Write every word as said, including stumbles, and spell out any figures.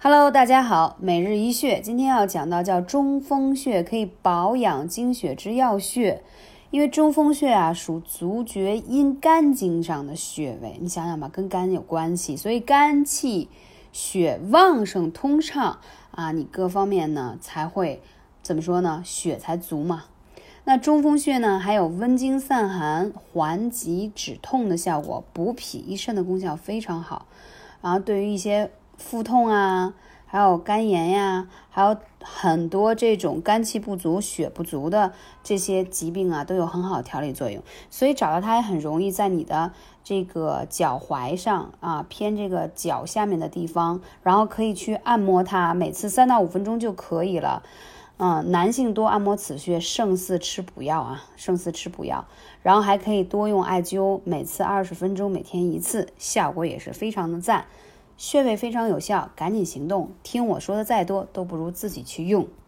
Hello， 大家好，每日一穴，今天要讲到叫中风穴，可以保养精血之要穴。因为中风穴啊属足厥阴肝经上的穴位，你想想吧，跟肝有关系，所以肝气血旺盛通畅啊，你各方面呢才会怎么说呢？血才足嘛。那中风穴呢，还有温经散寒、缓急止痛的效果，补脾益肾的功效非常好。然后对于一些腹痛啊，还有肝炎呀，还有很多这种肝气不足、血不足的这些疾病啊，都有很好的调理作用。所以找到它也很容易，在你的这个脚踝上啊，偏这个脚下面的地方，然后可以去按摩它，每次三到五分钟就可以了。嗯，男性多按摩此穴，胜似吃补药啊，胜似吃补药。然后还可以多用艾灸，每次二十分钟，每天一次，效果也是非常的赞。穴位非常有效，赶紧行动，听我说的再多都不如自己去用。